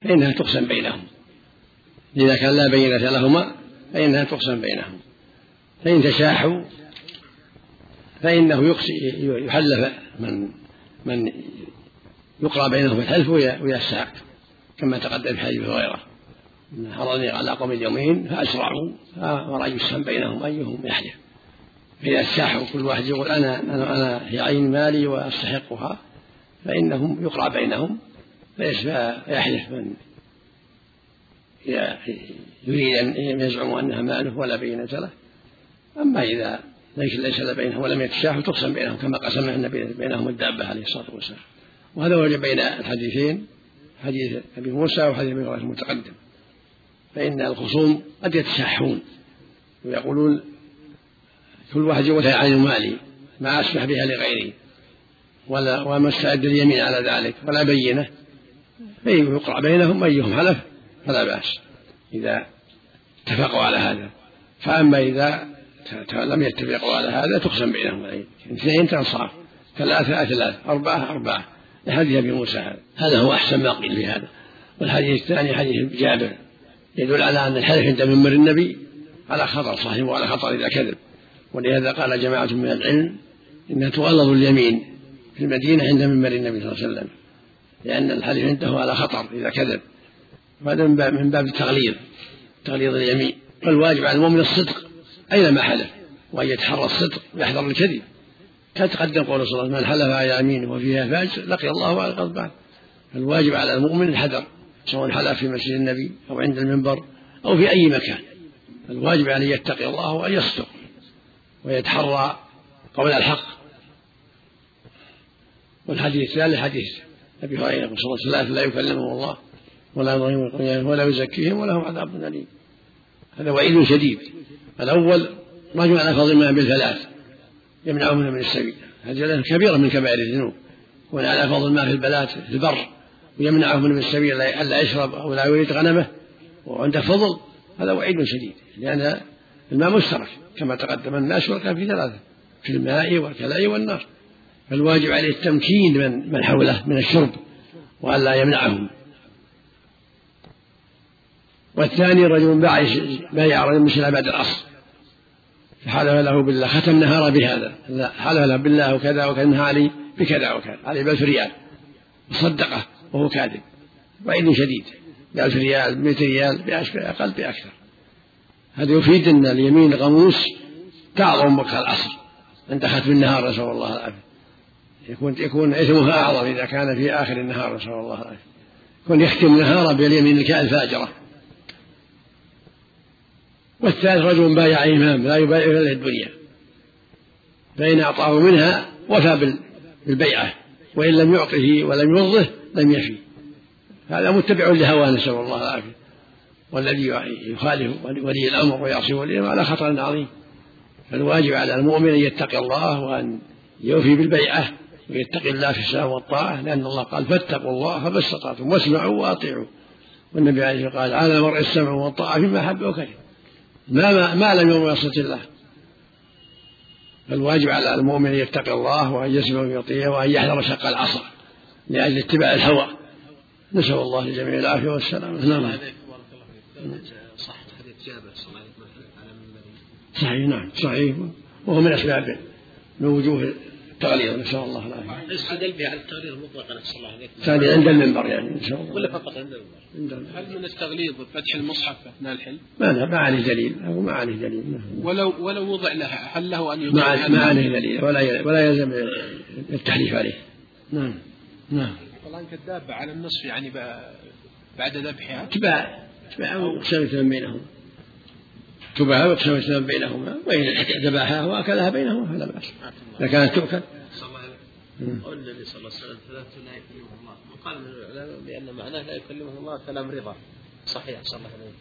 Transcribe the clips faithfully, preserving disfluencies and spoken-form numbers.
فإنها تقسم بينهم، إذا كان لا بينة لهما فإنها تقسم بينهم. فإن تشاحوا فإنه يحلف من من يقرأ بينهم الحلف ويستحق، كما تقدم في حديث هريرة إن حرضني على قوم اليمين فأسرعوا فرأى يسهم بينهم أيهم يحلف. فإذا استحوا كل واحد يقول أنا أنا أنا هي عين مالي وأستحقها، فإنهم يقرأ بينهم فيحلف من يريد أن يزعم أنها ماله ولا بينة له. أما إذا ليس بينهم ولم يتشاحوا تقسم بينهم كما قسم النبي بينهم الدابة عليه الصلاة والسلام. وهذا وجه بين الحديثين، حديث أبي موسى وحديث أبي هريرة المتقدم. فإن الخصوم قد يتشاحون ويقولون كل واحد يقول هي عين مالي ما أسمح بها لغيري ولا وما استعد اليمين على ذلك ولا بينه، فيقرأ بينهم أيهم حلف فلا بأس إذا اتفقوا على هذا. فأما إذا لم يتفقوا على هذا تقسم بينهم، اثنين تنصاف، ثلاثة ثلاثة، أربعة أربعة، لحديث أبي موسى هذا. هذا هو أحسن ما قيل في هذا. والحديث الثاني حديث جابر يدل على أن الحلف عند منبر النبي على خطر، صاحبه وعلى خطر إذا كذب. ولهذا قال جماعة من العلم إنها تغلظ اليمين في المدينة عند منبر النبي صلى الله عليه وسلم، لأن الحلف عنده على خطر إذا كذب. وهذا من باب التغليظ، تغليظ اليمين. فالواجب على المؤمن الصدق أينما حلف، وأن يتحرى الصدق ويحذر الكذب. كتقدم قول صلى الله عليه وسلم من حلف على يمين وفيها فاجر لقي الله وعلى غضبان. فالواجب على المؤمن الحذر، سواء حلف في مسجد النبي أو عند المنبر أو في أي مكان. الواجب عليه يتقي الله وأن يصدق ويتحرى قول الحق. والحديث الثالث حديث أبي هريرة صلى الله عليه وسلم لا يكلمهم الله ولا ولا يزكيهم ولهم عذاب أليم. هذا وعيد شديد. الأول رجل على فضل الماء بالثلاث يمنعه من السبيل، هذه كبيرة من كبائر الذنوب. وعلى على فضل الماء في البلاد في البر ويمنعه من السبيل ألا يشرب أو لا يريد غنمه وعنده فضل، هذا وعيد شديد، لأن الماء مشترك كما تقدم. الناس شركاء في ثلاثة، في الماء والكلاء والنار. فالواجب عليه التمكين من من حوله من الشرب وألا يمنعهم. والثاني رجل بايع رجل مسلم بعد العصر فحلف له بالله، ختم نهار بهذا، حلف له بالله وكذا وكذا علي بكذا وكذا علي بألف ريال وصدقه وهو كاذب، وعيد شديد بألف ريال بمئة ريال بأقل بأكثر. هذا يفيد أن اليمين غموس تعظم وقت العصر عند ختم النهار، نسأل الله العافية. يكون يكون إثمها أعظم إذا كان في آخر النهار، نسأل الله العافية. يكون يختم نهاره باليمين الفاجرة. والثالث رجل بايع إمام لا يبايع إلا الدنيا، فإن أعطاه منها وفى بالبيعة، وإن لم يعطه ولم يرضه لم يفي. هذا متبع لهواه، نسأل الله العافية. والذي يخالف ولي الأمر ويعصي ولي الأمر على خطر عظيم. فالواجب على المؤمن أن يتقي الله وأن يوفي بالبيعة ويتقي الله في السلام والطاعة، لأن الله قال فاتقوا الله فما استطعتم واسمعوا وأطيعوا. والنبي عليه الصلاة والسلام قال على المرء السمع والطاعة فيما أحب وكره ما, ما لم يؤمر بصلاة الله. فالواجب على المؤمن أن يتقي الله وأن يسمع ويطيع وأن يحذر شق العصا لأجل اتباع الهوى. نسأل الله للجميع العافية والسلامة. نعم. صح حديث جابر صلى الله عليه وسلم. صحيح، نعم صحيح، وهو من أسباب من وجوه التغليظ، نسأل الله العافية. استدل به على التغليظ المطلق نسأل الله عليه. ثاني عند المنبر يعني إن شاء الله. ولا فقط عند المنبر. هل من التغليظ فتح المصحف أثناء الحلم؟ ما ما عليه دليل أو ما عليه دليل. ولو ولو وضع لها هل له أن يضع؟ ما ما عليه دليل ولا ولا يلزم التحليف عليه. نعم نعم. والله كالدابة على النصف يعني بعد ذبحها. تباع تباع وقسمت بينهم. تباع وقسمت بينهما، وإن ذبحها وأكلها بينهما فلا بأس. إذا كانت تؤكل. قال النبي صلى الله عليه وسلم ثلاثة لا يكلمه الله، وقال من العلماء بأن معناه لا يكلمه الله كلام رضا صحيح صلى الله عليه وسلم.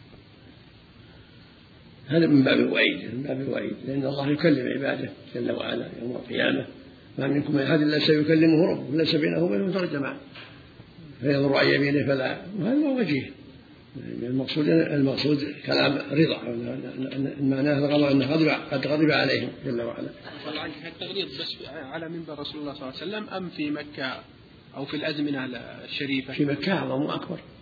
هذا من باب الوعيد، من باب الوعيد، لأن الله يكلم عباده جل وعلا يوم القيامة. ما منكم من أحد إلا سيكلمه ربه ليس بينه وبينه ترجمان فينظر عن يمينه فلا، وهذا هو وجيه. المقصود المقصود كلام رضا، معناه الغضب أنه غضب قد غضب عليهم جل وعلا. قال عنك التغليظ بس على منبر رسول الله صلى الله عليه وسلم أم في مكة أو في الأزمنة الشريفة؟ في مكة أعظم وأكبر،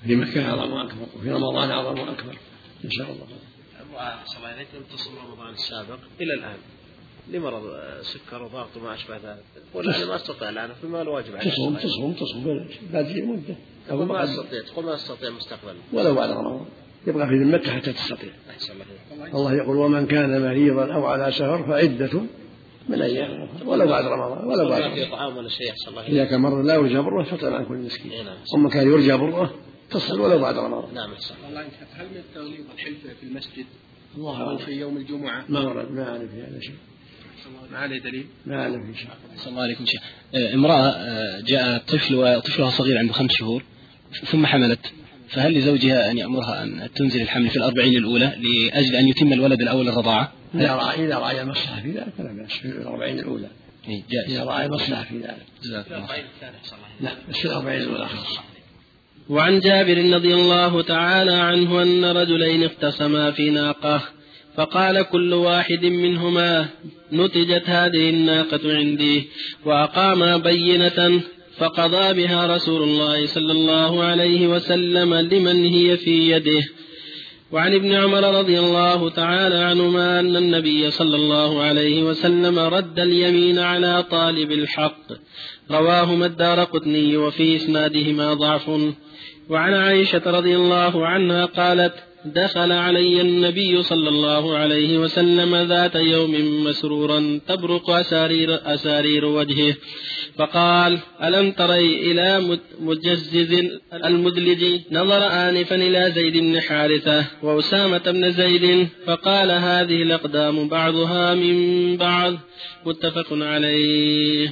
في مكة أعظم وأكبر، وفي رمضان أعظم وأكبر إن شاء الله. صلى الله عليه وسلم تصوم رمضان السابق إلى الآن لمرض سكر وضغط وما أشبه ذلك، ولا ما أستطيع الآن فيما الواجب عليه تصوم تصوم تصوم بعد مدة، تقول ما أستطيع تقول ما أستطيع مستقبلا ولو بعد رمضان يبقى في ذمته حتى تستطيع. الله يقول ومن كان مريضا أو على سفر فعدة من أيام ولو بعد رمضان ولو بعد في طعام ولا شيء أحسن الله. إذا كان مرض لا يرجى بره فطر عن كل مسكين، ثم كان يرجى بره تصل ولو بعد رمضان. نعم أحسن الله. هل من التغليظ الحلفة في المسجد الله أو في يوم الجمعة؟ ما ورد، ما أعرف في هذا شيء، ما عليه دليل. ما أعرف في شيء. صلى الله عليكم شيخ. امرأة جاء طفل وطفلها صغير عنده خمس شهور ثم حملت، فهل لزوجها أن يأمرها أن تنزل الحمل في الأربعين الأولى لأجل أن يتم الولد الأول الرضاعة؟ إذا رأى إذا رأى مصلحة في ذلك فلا بأس في الأربعين الأولى. إذا رأى مصلحة في ذلك. لا بس في الأربعين الأولى خلاص. وعن جابر رضي الله تعالى عنه أن رجلين اختصما في ناقة، فقال كل واحد منهما نتجت هذه الناقة عندي، وأقاما بينة فقضى بها رسول الله صلى الله عليه وسلم لمن هي في يده. وعن ابن عمر رضي الله تعالى عنهما أن النبي صلى الله عليه وسلم رد اليمين على طالب الحق، رواهما الدارقطني وفي إسنادهما ضعف. وعن عائشة رضي الله عنها قالت دخل علي النبي صلى الله عليه وسلم ذات يوم مسرورا تبرق أسارير, أسارير وجهه، فقال ألم تري إلى مجزز المدلج؟ نظر آنفا إلى زيد بن حارثة وأسامة بن زيد فقال هذه الأقدام بعضها من بعض، متفق عليه.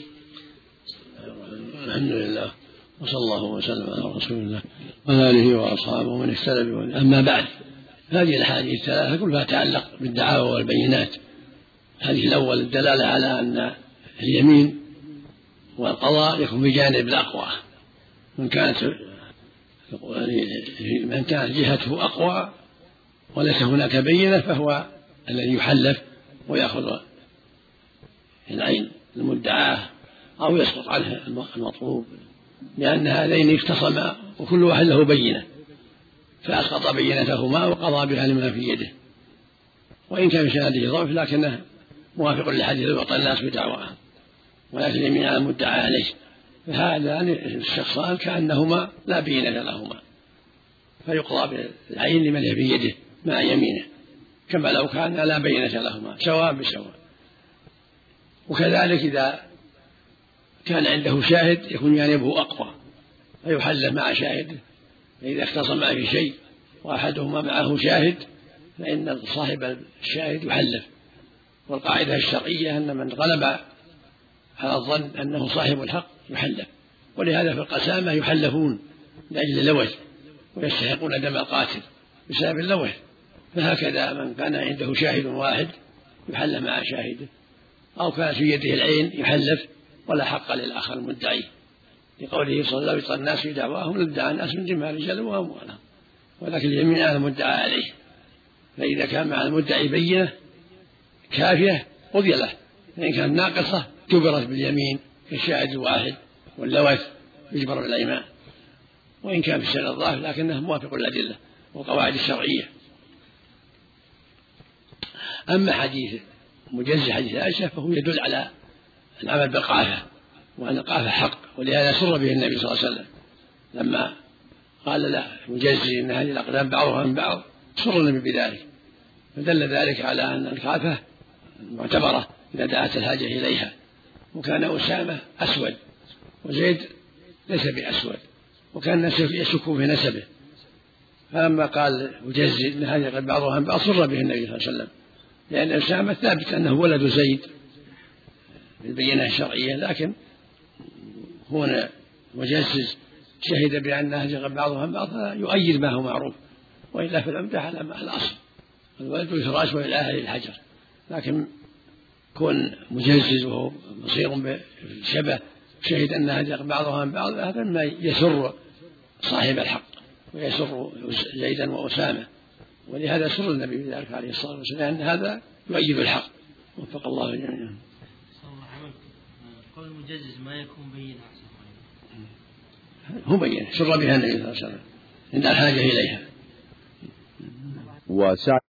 الحمد لله وصلى الله وسلم على رسول الله وعلى آله وأصحابه ومن اهتدى بهداه. أما بعد، هذه الأحاديث الثلاثة كلها تتعلق بالدعاوى والبينات. الحديث الأول الدلالة على أن اليمين والقضاء يكون بجانب الأقوى، من كانت من كانت جهته أقوى وليس هناك بينة فهو الذي يحلف ويأخذ العين المدعاه أو يسقط عنه المطلوب، لأن هذين اختصما وكل واحد له بينة، فأسقط بينتهما وقضى بها لما في يده، وإن كان في سنده ضعف لكنه موافق لحديث يعطى الناس بدعواهم، ولكن اليمين على المدعى عليه، فهذان الشخصان كأنهما لا بينة لهما، فيقضى بالعين لمن في يده مع يمينه، كما لو كان لا بينة لهما سواء بسواء. وكذلك إذا كان عنده شاهد يكون جانبه أقوى فيحلف مع شاهده، فإذا اختصم في شيء وأحدهما معه شاهد فإن صاحب الشاهد يحلف. والقاعدة الشرعية أن من غلب على الظن أنه صاحب الحق يحلف، ولهذا في القسامة يحلفون لأجل اللوث ويستحقون دم القاتل بسبب اللوث، فهكذا من كان عنده شاهد واحد يحلف مع شاهده، أو كان في يده العين يحلف ولا حق للآخر المدعي، لقوله صلى الله عليه وسلم الناس في دعواهم لادعى الناس من دماء رجال وأموالهم، ولكن اليمين على المدعى عليه، فإذا كان مع المدعي بينة كافية قضي له، فإن كانت ناقصة كبرت باليمين كالشاهد الواحد واللوث يجبر بالأيمان، وإن كان في السنة الضعف لكنه موافق الأدلة والقواعد الشرعية. أما حديث مجزز حديث عائشة فهو يدل على العمل بالقافة، وأن القافة حق، ولهذا سر به النبي صلى الله عليه وسلم لما قال لا مجزز إن هذه الأقدام بعضها من بعض، سر النبي بذلك، فدل ذلك على أن القافة معتبرة إذا دعت الحاجة إليها. وكان أسامة أسود وزيد ليس بأسود، وكان الناس يشكوا في نسبه، فلما قال مجزز إن هذه قد بعضها من بعض سر به النبي صلى الله عليه وسلم، لأن أسامة ثابت أنه ولد زيد بالبينة الشرعية، لكن هنا مجسس شهد بأن هذه قد بعضها من بعض يؤيد ما هو معروف، وإلا في العمدة على الأصل الولد الفراش والأهل الحجر، لكن كون مجسس وهو بصير بالشبه شهد أن هذه قد بعضها من بعض، هذا ما يسر صاحب الحق ويسر زيدا وأسامة، ولهذا سر النبي بذلك عليه الصلاة والسلام، لأن هذا يؤيد الحق. وفق الله جميعا. قول المجزز ما يكون بينة، هو بينة سر بها النبي صلى الله عليه وسلم، عند الحاجة إليها. وسعي